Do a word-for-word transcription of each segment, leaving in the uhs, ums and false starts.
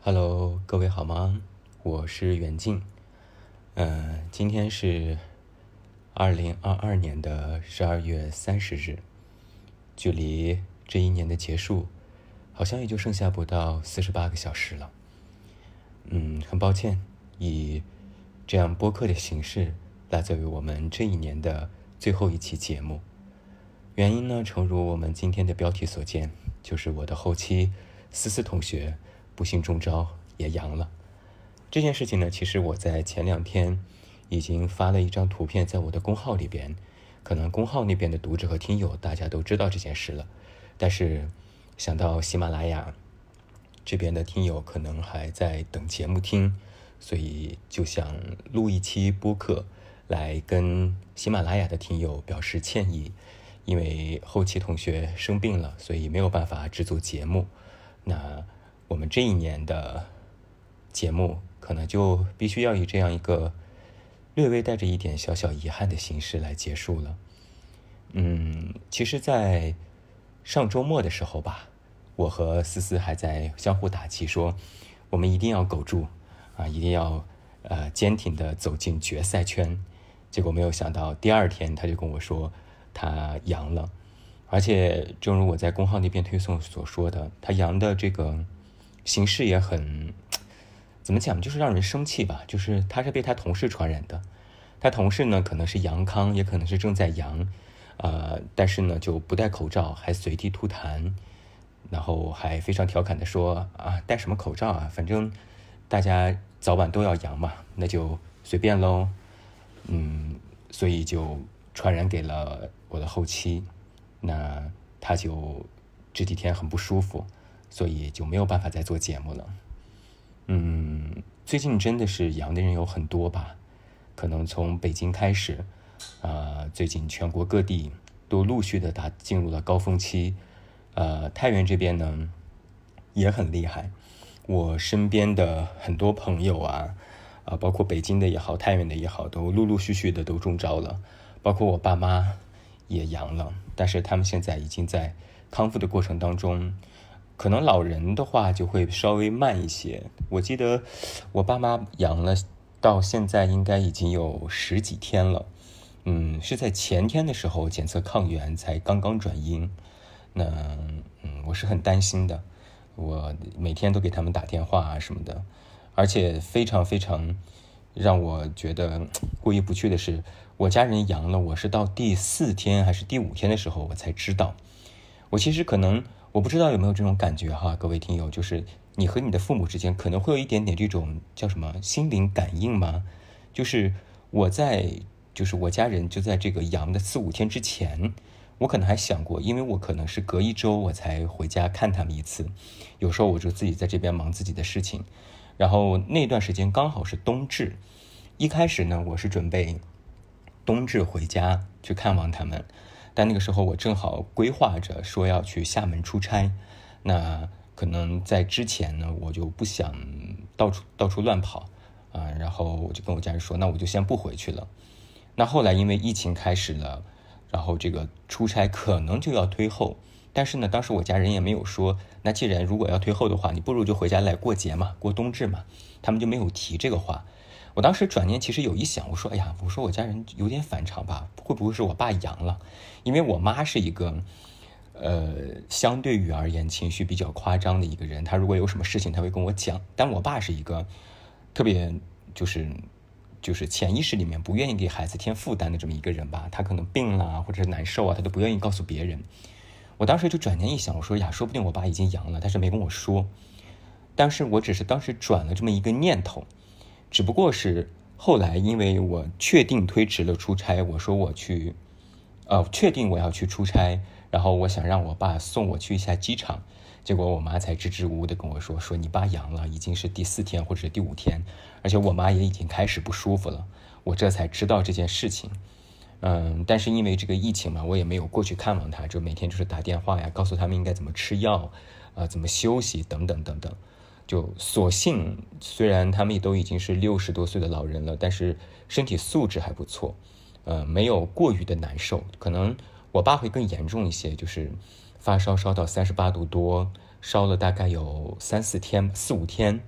Hello，各位好吗？我是远近。呃，今天是二零二二年的十二月三十日，距离这一年的结束，好像也就剩下不到四十八个小时了。嗯，很抱歉，以这样播客的形式来作为我们这一年的最后一期节目。原因呢，诚如我们今天的标题所见，就是我的后期思思同学不幸中招也阳了。这件事情呢，其实我在前两天已经发了一张图片在我的公号里边，可能公号那边的读者和听友大家都知道这件事了，但是想到喜马拉雅这边的听友可能还在等节目听，所以就想录一期播客来跟喜马拉雅的听友表示歉意，因为后期同学生病了，所以没有办法制作节目。那我们这一年的节目可能就必须要以这样一个略微带着一点小小遗憾的形式来结束了。嗯，其实在上周末的时候吧，我和思思还在相互打气说，我们一定要苟住啊，一定要呃坚挺的走进决赛圈。结果没有想到第二天他就跟我说他阳了，而且正如我在公号那边推送所说的，他阳的这个形式也很怎么讲，就是让人生气吧。就是他是被他同事传染的，他同事呢可能是阳康，也可能是正在阳，呃，但是呢就不戴口罩，还随地吐痰，然后还非常调侃的说啊，戴什么口罩啊，反正大家早晚都要阳嘛，那就随便喽。嗯，所以就传染给了我的后期，那他就这几天很不舒服，所以就没有办法再做节目了。嗯，最近真的是阳的人有很多吧，可能从北京开始，呃，最近全国各地都陆续的打进入了高峰期，呃，太原这边呢也很厉害，我身边的很多朋友啊，啊，包括北京的也好，太原的也好，都陆陆续续的都中招了，包括我爸妈也阳了，但是他们现在已经在康复的过程当中。可能老人的话就会稍微慢一些，我记得我爸妈阳了，到现在应该已经有十几天了。嗯，是在前天的时候检测抗原才刚刚转阴，那嗯，我是很担心的，我每天都给他们打电话啊什么的，而且非常非常让我觉得过意不去的是，我家人阳了，我是到第四天还是第五天的时候我才知道。我其实可能我不知道有没有这种感觉哈，各位听友，就是你和你的父母之间可能会有一点点这种叫什么心灵感应吗？就是我在就是我家人就在这个阳的四五天之前，我可能还想过，因为我可能是隔一周我才回家看他们一次，有时候我就自己在这边忙自己的事情，然后那段时间刚好是冬至，一开始呢我是准备冬至回家去看望他们，但那个时候我正好规划着说要去厦门出差，那可能在之前呢我就不想到处到处乱跑啊，然后我就跟我家人说，那我就先不回去了。那后来因为疫情开始了，然后这个出差可能就要推后，但是呢当时我家人也没有说，那既然如果要推后的话，你不如就回家来过节嘛，过冬至嘛，他们就没有提这个话。我当时转念其实有一想，我说哎呀，我说我家人有点反常吧，会不会是我爸阳了？因为我妈是一个呃相对于而言情绪比较夸张的一个人，她如果有什么事情她会跟我讲，但我爸是一个特别就是就是潜意识里面不愿意给孩子添负担的这么一个人吧，他可能病了或者是难受啊，他都不愿意告诉别人。我当时就转念一想，我说呀，说不定我爸已经阳了，但是没跟我说。但是我只是当时转了这么一个念头，只不过是后来因为我确定推迟了出差，我说我去呃，确定我要去出差，然后我想让我爸送我去一下机场，结果我妈才支支吾吾的跟我说，说你爸阳了，已经是第四天或者是第五天，而且我妈也已经开始不舒服了，我这才知道这件事情。嗯，但是因为这个疫情嘛，我也没有过去看望他，就每天就是打电话呀，告诉他们应该怎么吃药，呃，怎么休息等等等等。就所幸虽然他们也都已经是六十多岁的老人了，但是身体素质还不错，呃，没有过于的难受。可能我爸会更严重一些，就是发烧烧到三十八度多，烧了大概有三四天、四五天，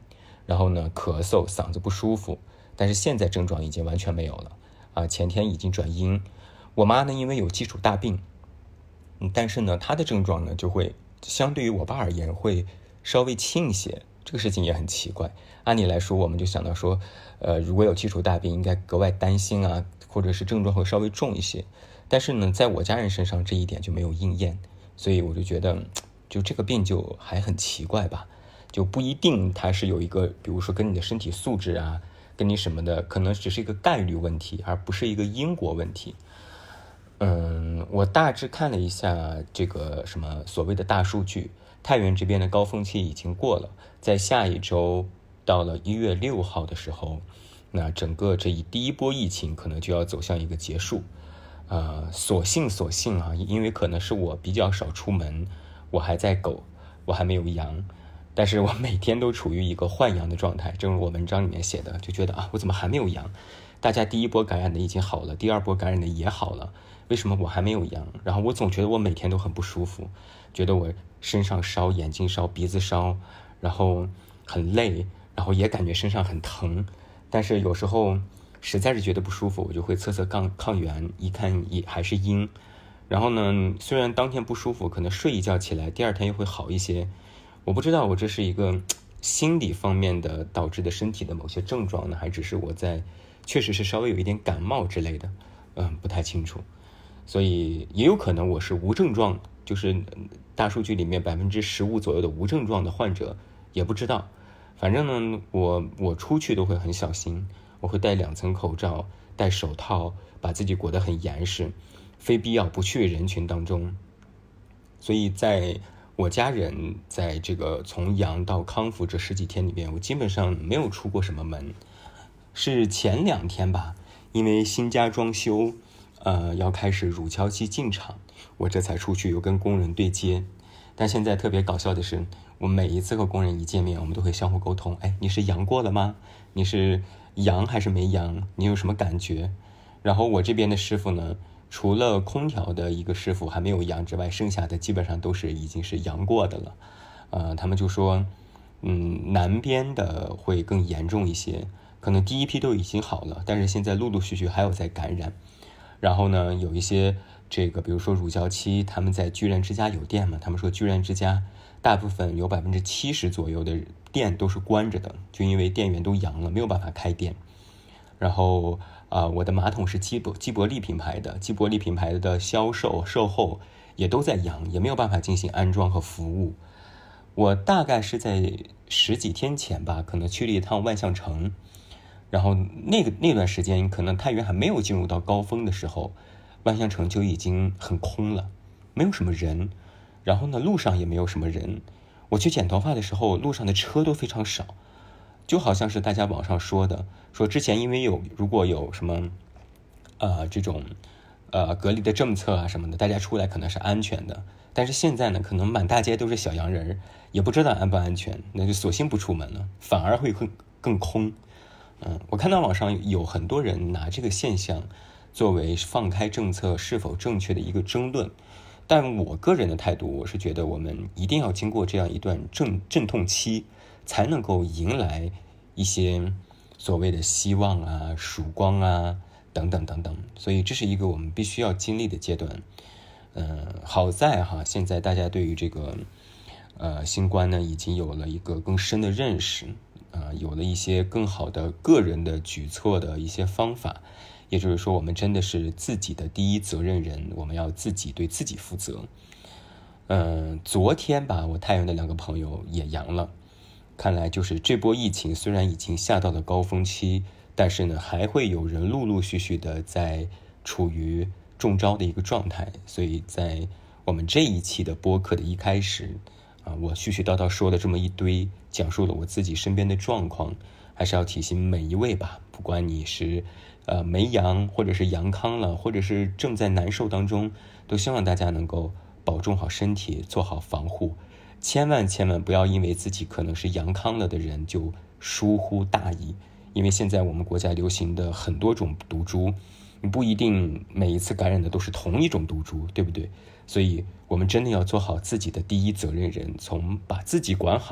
然后呢咳嗽，嗓子不舒服，但是现在症状已经完全没有了啊，前天已经转阴。我妈呢因为有基础大病，嗯，但是呢她的症状呢就会相对于我爸而言会稍微轻一些，这个事情也很奇怪。按理来说我们就想到说呃，如果有基础大病应该格外担心啊，或者是症状会稍微重一些，但是呢在我家人身上这一点就没有应验，所以我就觉得就这个病就还很奇怪吧，就不一定它是有一个比如说跟你的身体素质啊跟你什么的，可能只是一个概率问题，而不是一个因果问题。嗯，我大致看了一下这个什么所谓的大数据，太原这边的高峰期已经过了，在下一周到了一月六号的时候，那整个这一第一波疫情可能就要走向一个结束。呃，所幸所幸啊，因为可能是我比较少出门，我还在苟，我还没有阳，但是我每天都处于一个换阳的状态，正如我文章里面写的，就觉得啊，我怎么还没有阳？大家第一波感染的已经好了，第二波感染的也好了，为什么我还没有阳？然后我总觉得我每天都很不舒服，觉得我身上烧、眼睛烧、鼻子烧，然后很累，然后也感觉身上很疼，但是有时候实在是觉得不舒服，我就会测测抗抗原，一看也还是阴。然后呢，虽然当天不舒服，可能睡一觉起来，第二天又会好一些。我不知道我这是一个心理方面的导致的身体的某些症状呢，还只是我在确实是稍微有一点感冒之类的，嗯，不太清楚。所以也有可能我是无症状，就是大数据里面百分之十五左右的无症状的患者，也不知道。反正呢，我我出去都会很小心，我会戴两层口罩，戴手套，把自己裹得很严实，非必要不去人群当中。所以在我家人在这个从阳到康复这十几天里边，我基本上没有出过什么门。是前两天吧，因为新家装修，呃，要开始乳胶漆进场，我这才出去又跟工人对接。但现在特别搞笑的是，我每一次和工人一见面，我们都会相互沟通，哎，你是阳过了吗？你是阳还是没阳？你有什么感觉？然后我这边的师傅呢，除了空调的一个师傅还没有阳之外，剩下的基本上都是已经是阳过的了。呃，他们就说，嗯，南边的会更严重一些，可能第一批都已经好了，但是现在陆陆续续还有在感染。然后呢，有一些这个比如说乳胶漆，他们在居然之家有店嘛，他们说居然之家大部分有百分之七十左右的店都是关着的，就因为店员都阳了，没有办法开店。然后啊、呃，我的马桶是基伯基伯利品牌的，基伯利品牌的销售售后也都在阳，也没有办法进行安装和服务。我大概是在十几天前吧，可能去了一趟万象城，然后那个那段时间可能太原还没有进入到高峰的时候，万象城就已经很空了，没有什么人。然后呢，路上也没有什么人。我去剪头发的时候，路上的车都非常少，就好像是大家网上说的，说之前因为有如果有什么呃这种呃隔离的政策啊什么的，大家出来可能是安全的。但是现在呢，可能满大街都是小洋人，也不知道安不安全，那就索性不出门了，反而会更更空。嗯，我看到网上有很多人拿这个现象作为放开政策是否正确的一个争论，但我个人的态度，我是觉得我们一定要经过这样一段阵阵痛期，才能够迎来一些所谓的希望啊、曙光啊等等等等。所以这是一个我们必须要经历的阶段。嗯，好在哈，现在大家对于这个呃新冠呢，已经有了一个更深的认识。呃，有了一些更好的个人的举措的一些方法，也就是说我们真的是自己的第一责任人，我们要自己对自己负责。嗯、呃，昨天吧，我太原的两个朋友也阳了，看来就是这波疫情虽然已经下到了高峰期，但是呢还会有人陆陆续续的在处于中招的一个状态。所以在我们这一期的播客的一开始啊，我絮絮叨叨说了这么一堆，讲述了我自己身边的状况，还是要提醒每一位吧，不管你是呃没阳，或者是阳康了，或者是正在难受当中，都希望大家能够保重好身体，做好防护，千万千万不要因为自己可能是阳康了的人就疏忽大意，因为现在我们国家流行的很多种毒株，你不一定每一次感染的都是同一种毒株，对不对？所以我们真的要做好自己的第一责任人，从把自己管好，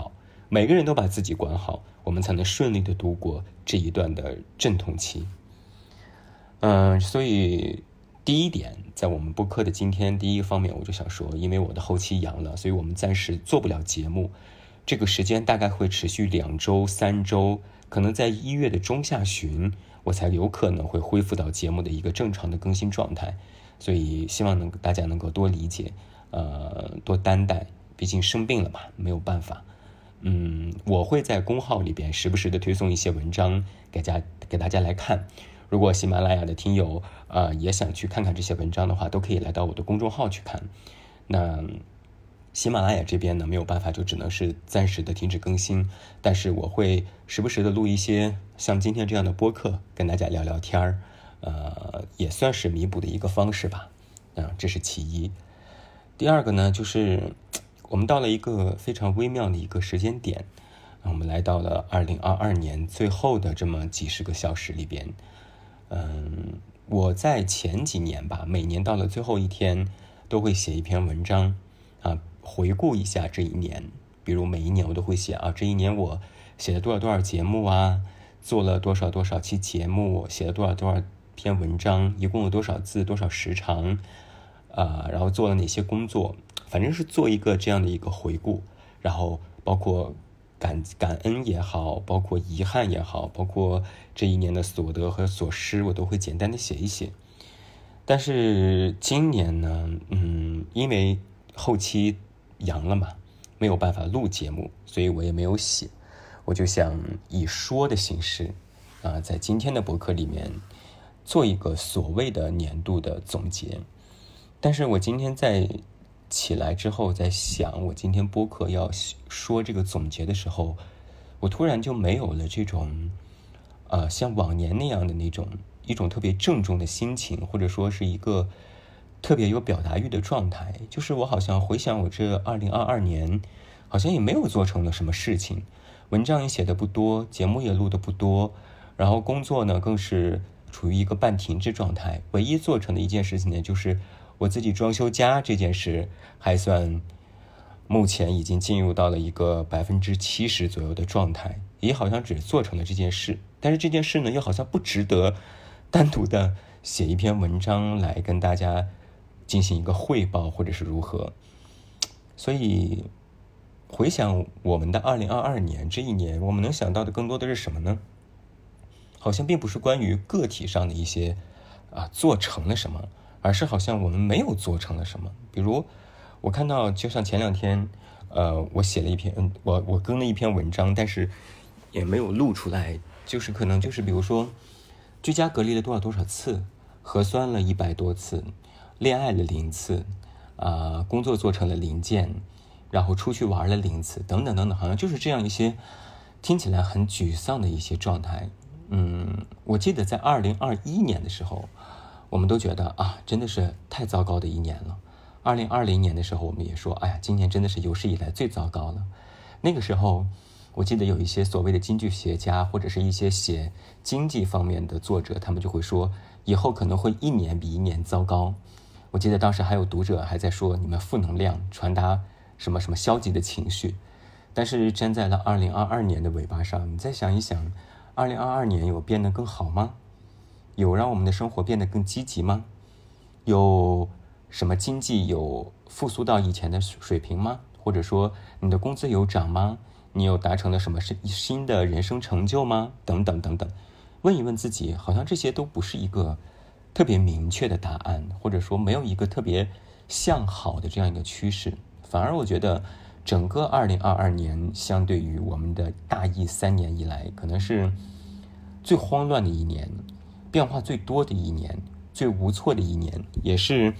每个人都把自己管好，我们才能顺利的度过这一段的阵痛期。嗯，所以第一点，在我们播客的今天第一个方面，我就想说，因为我的后期阳了，所以我们暂时做不了节目，这个时间大概会持续两周、三周，可能在一月的中下旬，我才有可能会恢复到节目的一个正常的更新状态。所以希望能大家能够多理解，呃，多担待，毕竟生病了嘛，没有办法。嗯，我会在公号里边时不时的推送一些文章给大家给大家来看。如果喜马拉雅的听友呃也想去看看这些文章的话，都可以来到我的公众号去看。那喜马拉雅这边呢，没有办法，就只能是暂时的停止更新，但是我会时不时的录一些像今天这样的播客，跟大家聊聊天儿，呃，也算是弥补的一个方式吧。啊、呃，这是其一。第二个呢，就是我们到了一个非常微妙的一个时间点，我们来到了二零二二年最后的这么几十个小时里边。嗯，我在前几年吧，每年到了最后一天都会写一篇文章啊，回顾一下这一年。比如每一年我都会写啊，这一年我写了多少多少节目啊，做了多少多少期节目，写了多少多少篇文章，一共有多少字多少时长啊，然后做了哪些工作，反正是做一个这样的一个回顾，然后包括感感恩也好，包括遗憾也好，包括这一年的所得和所失，我都会简单的写一写。但是今年呢，嗯，因为后期阳了嘛，没有办法录节目，所以我也没有写。我就想以说的形式啊，在今天的博客里面做一个所谓的年度的总结。但是我今天在起来之后，在想我今天播客要说这个总结的时候，我突然就没有了这种呃像往年那样的那种一种特别郑重的心情，或者说是一个特别有表达欲的状态。就是我好像回想我这二零二二年好像也没有做成了什么事情，文章也写的不多，节目也录的不多，然后工作呢更是处于一个半停滞状态。唯一做成的一件事情呢，就是我自己装修家这件事还算目前已经进入到了一个百分之七十左右的状态，也好像只做成了这件事。但是这件事呢，又好像不值得单独的写一篇文章来跟大家进行一个汇报，或者是如何。所以回想我们的二零二二年这一年，我们能想到的更多的是什么呢？好像并不是关于个体上的一些啊做成了什么，而是好像我们没有做成了什么。比如我看到，就像前两天呃我写了一篇我我更了一篇文章，但是也没有录出来，就是可能就是比如说居家隔离了多少多少次，核酸了一百多次，恋爱了零次啊、呃，工作做成了零件，然后出去玩了零次，等等等等，好像就是这样一些听起来很沮丧的一些状态。嗯，我记得在二零二一年的时候，我们都觉得啊，真的是太糟糕的一年了。二零二零年的时候，我们也说，哎呀，今年真的是有史以来最糟糕了。那个时候，我记得有一些所谓的经济学家，或者是一些写经济方面的作者，他们就会说，以后可能会一年比一年糟糕。我记得当时还有读者还在说，你们负能量，传达什么什么消极的情绪。但是站在了二零二二年的尾巴上，你再想一想，二零二二年有变得更好吗？有让我们的生活变得更积极吗？有什么经济有复苏到以前的水平吗？或者说你的工资有涨吗？你有达成了什么新的人生成就吗？等等等等，问一问自己，好像这些都不是一个特别明确的答案，或者说没有一个特别向好的这样一个趋势。反而我觉得整个二零二二年相对于我们的大疫三年以来，可能是最慌乱的一年，变化最多的一年，最无措的一年，也是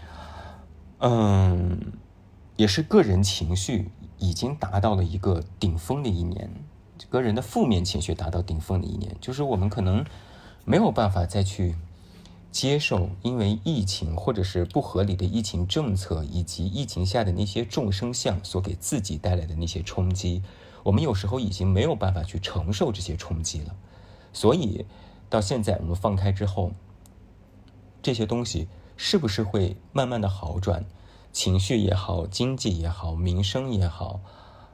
嗯，也是个人情绪已经达到了一个顶峰的一年，个人的负面情绪达到顶峰的一年。就是我们可能没有办法再去接受因为疫情或者是不合理的疫情政策，以及疫情下的那些众生相所给自己带来的那些冲击，我们有时候已经没有办法去承受这些冲击了。所以到现在我们放开之后，这些东西是不是会慢慢的好转？情绪也好，经济也好，民生也好，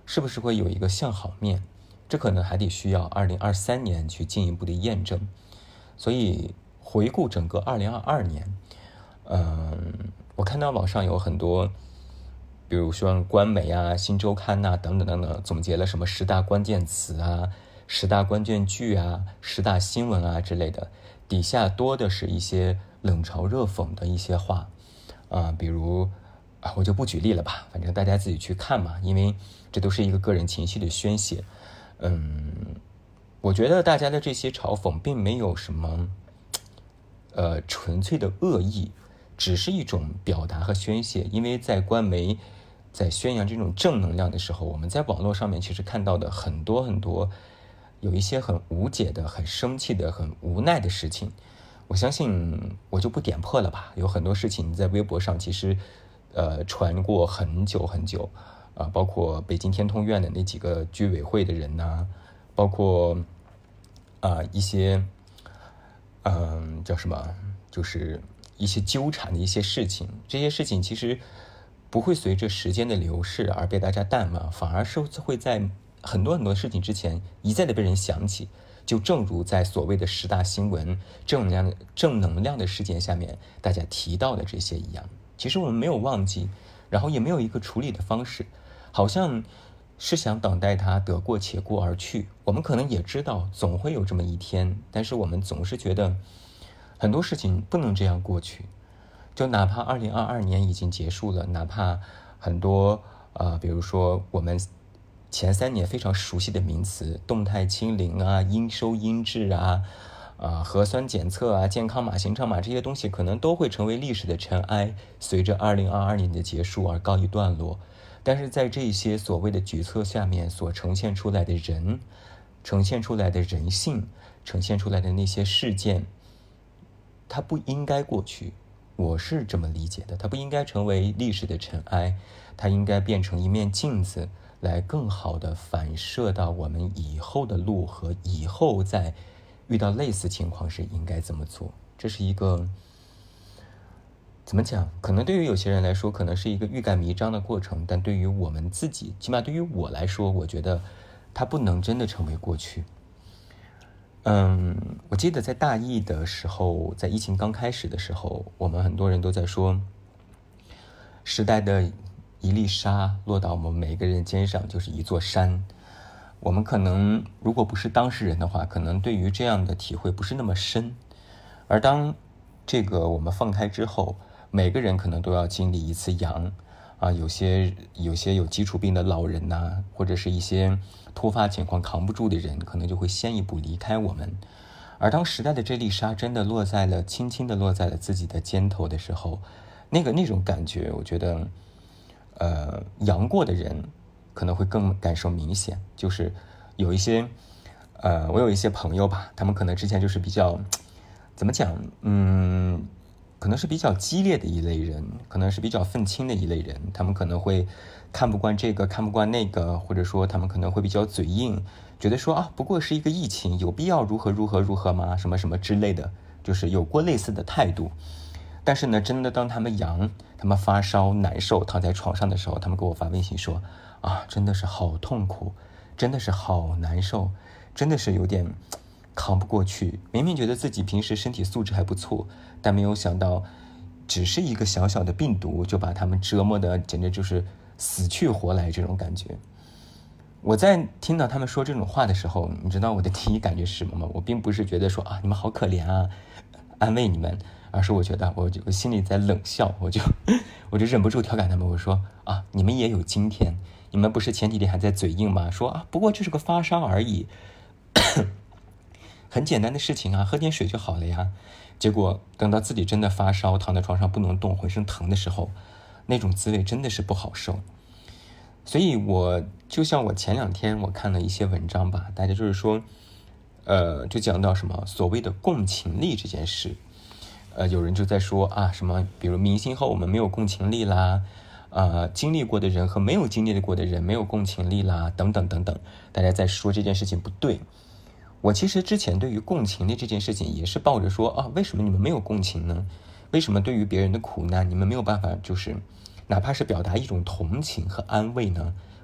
是不是会有一个向好面？这可能还得需要二零二三年去进一步的验证。所以回顾整个二零二二年，嗯，我看到网上有很多，比如说官媒啊、新周刊呐、啊、等等等等，总结了什么十大关键词啊、十大关键句啊、十大新闻啊之类的，底下多的是一些冷嘲热讽的一些话，啊、呃，比如啊，我就不举例了吧，反正大家自己去看嘛，因为这都是一个个人情绪的宣泄。嗯，我觉得大家的这些嘲讽并没有什么，呃，纯粹的恶意，只是一种表达和宣泄。因为在官媒在宣扬这种正能量的时候，我们在网络上面其实看到的很多很多，有一些很无解的、很生气的、很无奈的事情。我相信我就不点破了吧，有很多事情在微博上其实，呃，传过很久很久。啊，包括北京天通苑的那几个居委会的人呐、啊，包括啊、呃、一些，嗯、呃，叫什么，就是一些纠缠的一些事情。这些事情其实不会随着时间的流逝而被大家淡忘，反而是会在很多很多事情之前一再的被人想起。就正如在所谓的十大新闻正能量正能量的事件下面，大家提到的这些一样，其实我们没有忘记，然后也没有一个处理的方式。好像是想等待它得过且过而去。我们可能也知道总会有这么一天，但是我们总是觉得很多事情不能这样过去。就哪怕二零二二年已经结束了，哪怕很多呃，比如说我们前三年非常熟悉的名词，动态清零啊、应收应治啊、啊核酸检测啊、健康码、行程码这些东西，可能都会成为历史的尘埃，随着二零二二年的结束而告一段落。但是在这些所谓的举措下面所呈现出来的人，呈现出来的人性，呈现出来的那些事件，它不应该过去。我是这么理解的，它不应该成为历史的尘埃，它应该变成一面镜子，来更好的反射到我们以后的路和以后在遇到类似情况时应该怎么做。这是一个怎么讲？可能对于有些人来说，可能是一个欲盖弥彰的过程，但对于我们自己，起码对于我来说，我觉得它不能真的成为过去。嗯，我记得在大一的时候，在疫情刚开始的时候，我们很多人都在说，时代的一粒沙落到我们每个人肩上就是一座山。我们可能如果不是当事人的话，可能对于这样的体会不是那么深。而当这个我们放开之后，每个人可能都要经历一次阳啊，有些有些有基础病的老人呐、啊，或者是一些突发情况扛不住的人，可能就会先一步离开我们。而当时代的这粒沙真的落在了，轻轻的落在了自己的肩头的时候，那个那种感觉，我觉得，呃，阳过的人可能会更感受明显。就是有一些，呃，我有一些朋友吧，他们可能之前就是比较，怎么讲，嗯。可能是比较激烈的一类人，可能是比较愤青的一类人，他们可能会看不惯这个，看不惯那个，或者说他们可能会比较嘴硬，觉得说啊，不过是一个疫情，有必要如何如何如何吗？什么什么之类的，就是有过类似的态度。但是呢，真的当他们阳，他们发烧难受，躺在床上的时候，他们给我发微信说啊，真的是好痛苦，真的是好难受，真的是有点扛不过去。明明觉得自己平时身体素质还不错，但没有想到只是一个小小的病毒就把他们折磨的简直就是死去活来这种感觉。我在听到他们说这种话的时候，你知道我的第一感觉是什么吗？我并不是觉得说啊你们好可怜啊，安慰你们，而是我觉得我就我心里在冷笑，我就我就忍不住调侃他们，我说啊你们也有今天，你们不是前几天还在嘴硬吗？说啊不过就是个发烧而已很简单的事情啊，喝点水就好了呀。结果等到自己真的发烧，躺在床上不能动，浑身疼的时候，那种滋味真的是不好受。所以我就像我前两天我看了一些文章吧，大家就是说，呃，就讲到什么所谓的共情力这件事，呃，有人就在说啊，什么比如明星和我们没有共情力啦，呃，经历过的人和没有经历过的人没有共情力啦，等等等等，大家在说这件事情不对。我其实之前对于共情力这件事情也是抱着说啊，为什么你们没有共情呢？为什么对于别人的苦难你们没有办法就是哪怕是表达一种同情和安慰呢？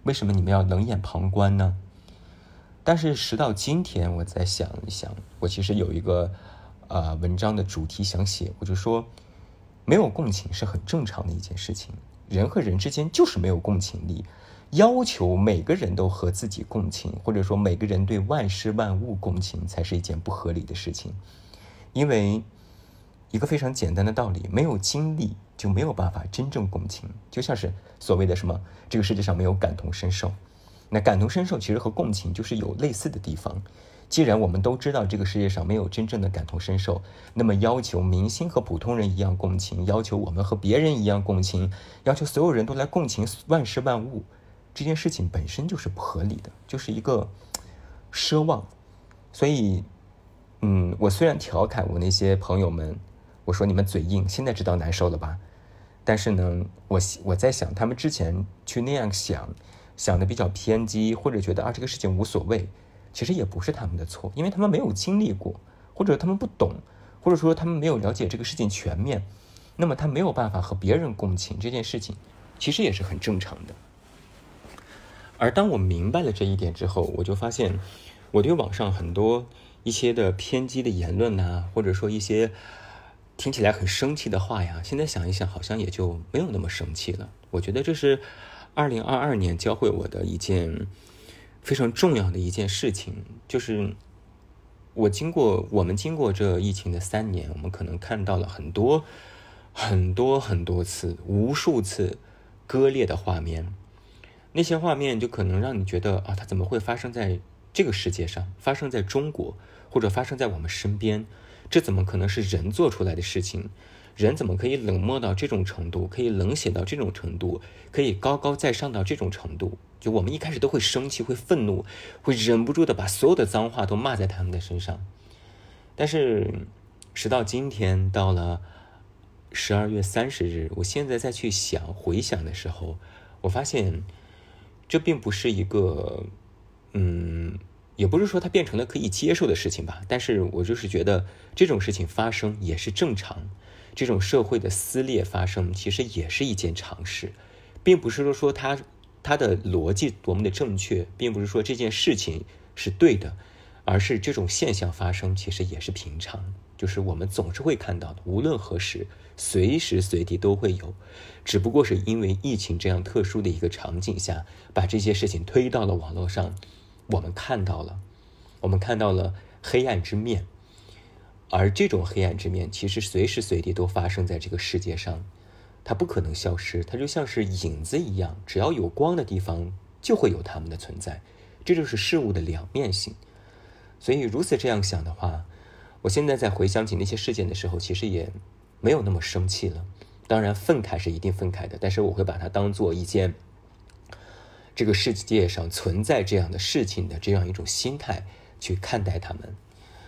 为什么你们要冷眼旁观呢？但是时到今天，我在想一想，我其实有一个呃文章的主题想写，我就说没有共情是很正常的一件事情，人和人之间就是没有共情力，要求每个人都和自己共情，或者说每个人对万事万物共情，才是一件不合理的事情。因为一个非常简单的道理，没有经历就没有办法真正共情，就像是所谓的什么这个世界上没有感同身受，那感同身受其实和共情就是有类似的地方。既然我们都知道这个世界上没有真正的感同身受，那么要求明星和普通人一样共情，要求我们和别人一样共情，要求所有人都来共情万事万物，这件事情本身就是不合理的，就是一个奢望。所以嗯，我虽然调侃我那些朋友们，我说你们嘴硬，现在知道难受了吧？但是呢，我我在想，他们之前去那样想，想的比较偏激，或者觉得啊这个事情无所谓，其实也不是他们的错，因为他们没有经历过，或者他们不懂，或者说他们没有了解这个事情全面，那么他没有办法和别人共情，这件事情其实也是很正常的。而当我明白了这一点之后，我就发现我对网上很多一些的偏激的言论呐、啊，或者说一些听起来很生气的话呀，现在想一想好像也就没有那么生气了。我觉得这是二零二二年教会我的一件非常重要的一件事情，就是我经过我们经过这疫情的三年，我们可能看到了很多很多很多次无数次割裂的画面，那些画面就可能让你觉得啊，它怎么会发生在这个世界上，发生在中国，或者发生在我们身边，这怎么可能是人做出来的事情？人怎么可以冷漠到这种程度，可以冷血到这种程度，可以高高在上到这种程度？就我们一开始都会生气，会愤怒，会忍不住的把所有的脏话都骂在他们的身上。但是时到今天，到了十二月三十日，我现在再去想回想的时候，我发现这并不是一个嗯也不是说它变成了可以接受的事情吧，但是我就是觉得这种事情发生也是正常，这种社会的撕裂发生其实也是一件常事，并不是说它它的逻辑多么的正确，并不是说这件事情是对的，而是这种现象发生其实也是平常，就是我们总是会看到的，无论何时随时随地都会有，只不过是因为疫情这样特殊的一个场景下，把这些事情推到了网络上，我们看到了我们看到了黑暗之面，而这种黑暗之面其实随时随地都发生在这个世界上，它不可能消失，它就像是影子一样，只要有光的地方就会有它们的存在，这就是事物的两面性。所以如此这样想的话，我现在在回想起那些事件的时候，其实也没有那么生气了。当然愤慨是一定愤慨的，但是我会把它当做一件这个世界上存在这样的事情的这样一种心态去看待他们。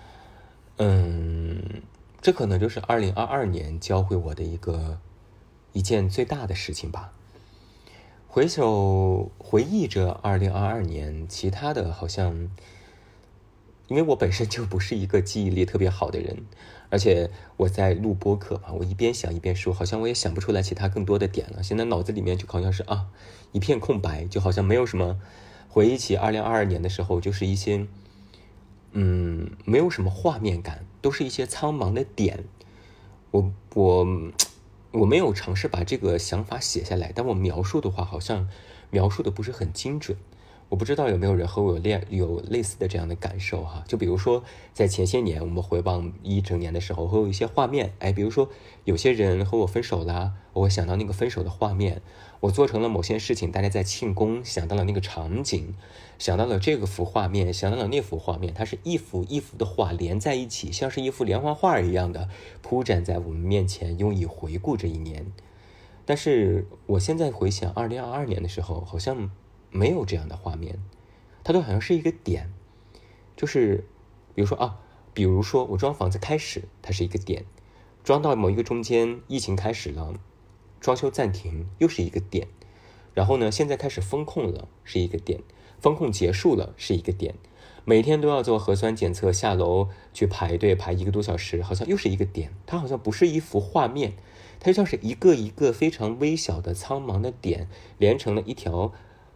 嗯，这可能就是二零二二年教会我的一个一件最大的事情吧。回首回忆着二零二二年，其他的好像，因为我本身就不是一个记忆力特别好的人，而且我在录播客嘛，我一边想一边说，好像我也想不出来其他更多的点了。现在脑子里面就好像是啊一片空白，就好像没有什么。回忆起二零二二年的时候，就是一些嗯没有什么画面感，都是一些苍茫的点。我我我没有尝试把这个想法写下来，但我描述的话，好像描述的不是很精准。我不知道有没有人和我有类有类似的这样的感受哈？就比如说在前些年我们回望一整年的时候，会有一些画面，哎，比如说有些人和我分手啦，我会想到那个分手的画面，我做成了某些事情，大家在庆功，想到了那个场景，想到了这个幅画面，想到了那幅画面，它是一幅一幅的画连在一起，像是一幅连环画一样的铺展在我们面前，用以回顾这一年。但是我现在回想二零二二年的时候，好像没有这样的画面，它都好像是一个点，就是比如说啊，比如说我装房子开始，它是一个点，装到某一个中间，疫情开始了，装修暂停，又是一个点，然后呢，现在开始封控了，是一个点，封控结束了，是一个点，每天都要做核酸检测，下楼去排队排一个多小时，好像又是一个点，它好像不是一幅画面，它就像是一个一个非常微小的苍茫的点连成了一条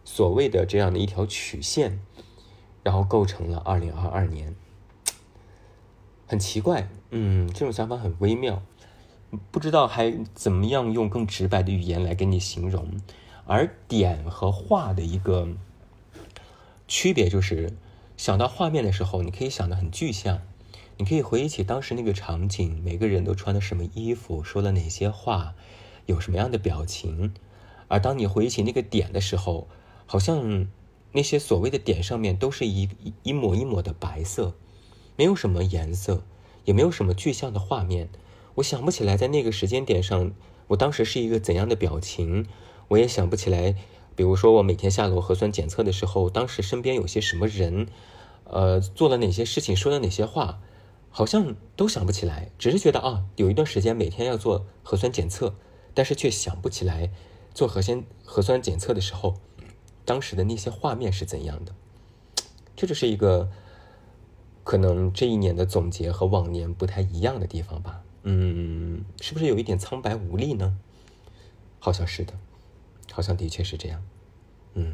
所谓的这样的一条曲线，然后构成了二零二二年。很奇怪，嗯，这种想法很微妙，不知道还怎么样用更直白的语言来给你形容。而点和画的一个区别就是，想到画面的时候，你可以想得很具象，你可以回忆起当时那个场景，每个人都穿的什么衣服，说了哪些话，有什么样的表情。而当你回忆起那个点的时候，好像那些所谓的点上面都是一一抹一抹的白色，没有什么颜色，也没有什么具象的画面。我想不起来在那个时间点上，我当时是一个怎样的表情，我也想不起来，比如说我每天下楼核酸检测的时候，当时身边有些什么人，呃，做了哪些事情，说了哪些话，好像都想不起来，只是觉得啊，有一段时间每天要做核酸检测，但是却想不起来做核酸核酸检测的时候，当时的那些画面是怎样的。这就是一个可能这一年的总结和往年不太一样的地方吧。嗯，是不是有一点苍白无力呢？好像是的，好像的确是这样。嗯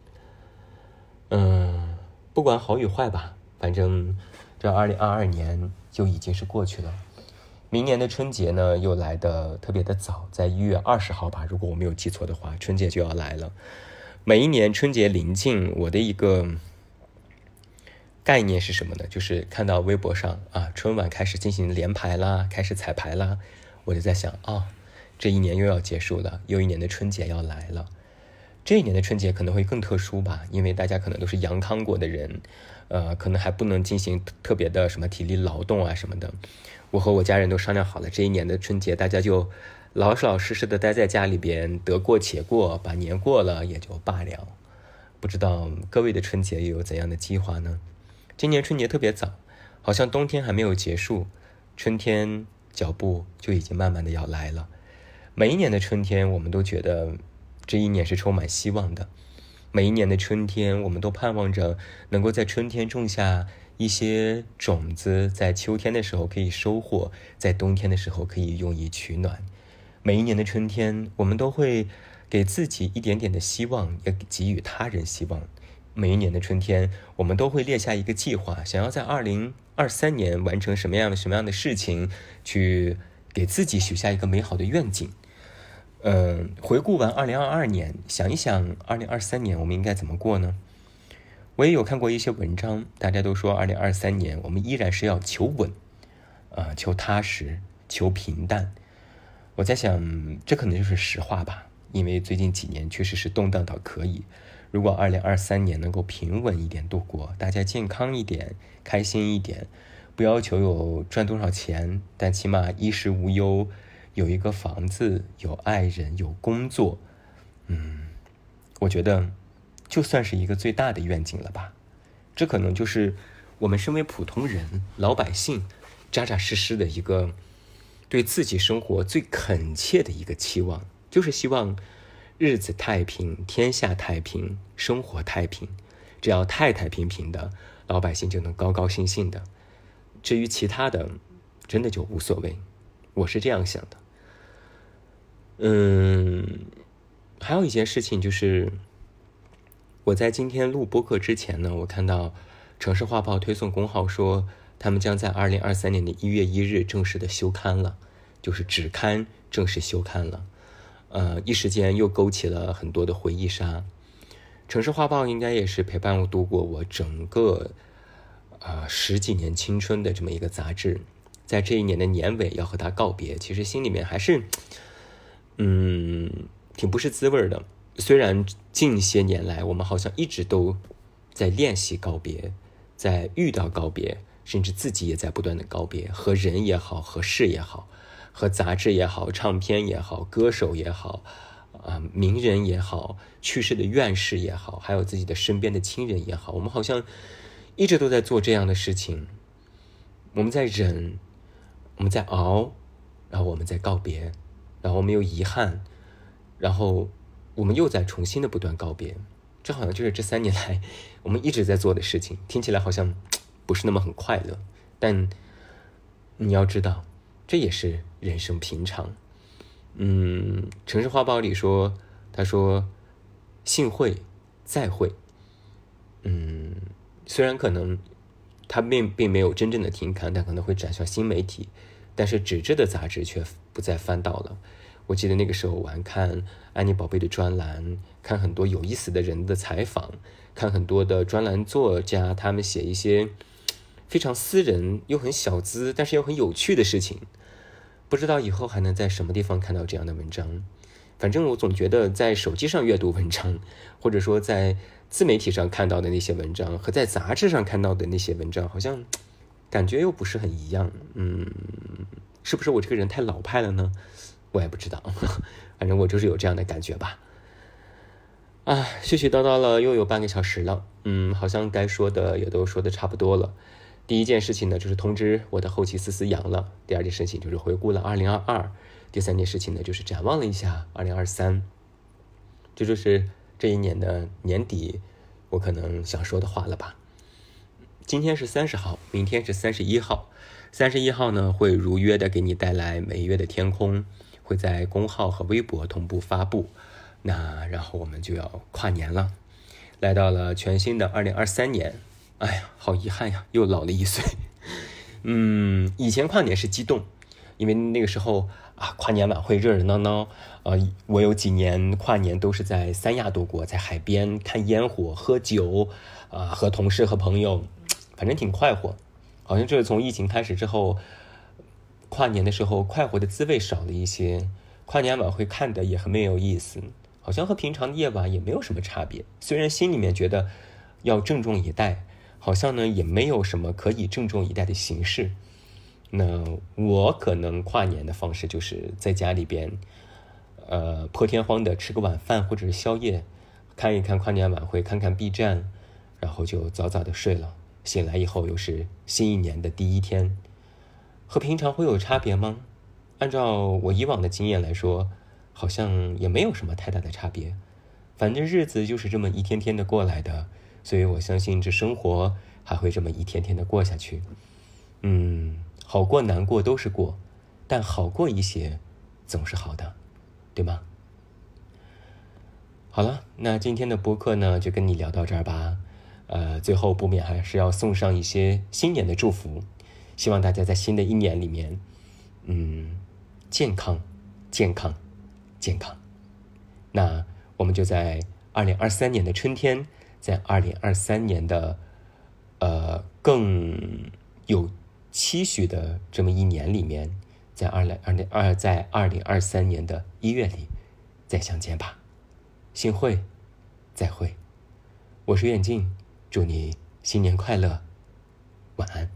嗯，不管好与坏吧，反正这二零二二年就已经是过去了。明年的春节呢，又来得特别的早，在一月二十号吧，如果我没有记错的话，春节就要来了。每一年春节临近，我的一个概念是什么呢？就是看到微博上啊，春晚开始进行连排啦，开始彩排啦，我就在想啊，这一年又要结束了，又一年的春节要来了。这一年的春节可能会更特殊吧，因为大家可能都是阳康过的人，呃，可能还不能进行特别的什么体力劳动啊什么的。我和我家人都商量好了，这一年的春节大家就老老实实的待在家里边，得过且过，把年过了也就罢了。不知道各位的春节又有怎样的计划呢？今年春节特别早，好像冬天还没有结束，春天脚步就已经慢慢的要来了。每一年的春天，我们都觉得这一年是充满希望的。每一年的春天，我们都盼望着能够在春天种下一些种子，在秋天的时候可以收获，在冬天的时候可以用以取暖。每一年的春天，我们都会给自己一点点的希望，也给予他人希望。每一年的春天，我们都会列下一个计划，想要在二零二三年完成什么样的什么样的事情，去给自己许下一个美好的愿景。嗯，回顾完二零二二年，想一想二零二三年我们应该怎么过呢？我也有看过一些文章，大家都说二零二三年我们依然是要求稳，呃，求踏实，求平淡。我在想，这可能就是实话吧，因为最近几年确实是动荡到可以。如果二零二三年能够平稳一点度过，大家健康一点，开心一点，不要求有赚多少钱，但起码衣食无忧，有一个房子，有爱人，有工作，嗯，我觉得就算是一个最大的愿景了吧。这可能就是我们身为普通人、老百姓，扎扎实实的一个对自己生活最恳切的一个期望，就是希望日子太平，天下太平，生活太平，只要太太平平的，老百姓就能高高兴兴的。至于其他的，真的就无所谓。我是这样想的。嗯，还有一件事情就是，我在今天录播客之前呢，我看到城市画报推送公号说，他们将在二零二三年的一月一日正式的休刊了，就是纸刊正式休刊了。呃，一时间又勾起了很多的回忆杀。城市画报应该也是陪伴我度过我整个呃十几年青春的这么一个杂志，在这一年的年尾要和它告别，其实心里面还是嗯挺不是滋味的。虽然近些年来我们好像一直都在练习告别，在遇到告别，甚至自己也在不断的告别，和人也好，和事也好，和杂志也好，唱片也好，歌手也好，啊、呃，名人也好，去世的院士也好，还有自己的身边的亲人也好，我们好像一直都在做这样的事情。我们在忍，我们在熬，然后我们在告别，然后我们有遗憾，然后我们又在重新的不断告别。这好像就是这三年来我们一直在做的事情，听起来好像不是那么很快乐，但你要知道，这也是人生平常。嗯，城市画报里说，他说幸会再会。嗯，虽然可能它并并没有真正的停刊，但可能会转向新媒体，但是纸质的杂志却不再翻到了。我记得那个时候我还看安妮宝贝的专栏，看很多有意思的人的采访，看很多的专栏作家他们写一些非常私人又很小资但是又很有趣的事情。不知道以后还能在什么地方看到这样的文章。反正我总觉得在手机上阅读文章，或者说在自媒体上看到的那些文章和在杂志上看到的那些文章好像感觉又不是很一样。嗯，是不是我这个人太老派了呢？我也不知道，反正我就是有这样的感觉吧。啊，絮絮叨叨了又有半个小时了，嗯，好像该说的也都说的差不多了。第一件事情呢，就是通知我的后期思思阳了；第二件事情就是回顾了二零二二；第三件事情呢，就是展望了一下二零二三。这就是这一年的年底我可能想说的话了吧。今天是三十号，明天是三十一号。三十一号呢，会如约的给你带来每月的天空，会在公号和微博同步发布。那然后我们就要跨年了，来到了全新的二零二三年。哎呀，好遗憾呀，又老了一岁。嗯，以前跨年是激动，因为那个时候啊，跨年晚会热热闹闹。呃，我有几年跨年都是在三亚度过，在海边看烟火、喝酒，啊、呃，和同事和朋友，反正挺快活。好像就是从疫情开始之后，跨年的时候快活的滋味少了一些，跨年晚会看的也很没有意思，好像和平常的夜晚也没有什么差别。虽然心里面觉得要郑重以待，好像呢也没有什么可以郑重以待的形式。那我可能跨年的方式就是在家里边，呃，破天荒的吃个晚饭或者是宵夜，看一看跨年晚会，看看 B 站，然后就早早的睡了。醒来以后又是新一年的第一天，和平常会有差别吗？按照我以往的经验来说，好像也没有什么太大的差别。反正日子就是这么一天天的过来的，所以我相信这生活还会这么一天天的过下去。嗯，好过难过都是过，但好过一些总是好的，对吗？好了，那今天的播客呢就跟你聊到这儿吧。呃，最后不免还是要送上一些新年的祝福，希望大家在新的一年里面，嗯，健康，健康，健康。那我们就在二零二三年的春天，在二零二三年的呃更有期许的这么一年里面，在二零二零二在二零二三年的一月里再相见吧。幸会，再会。我是远近。祝你新年快乐，晚安。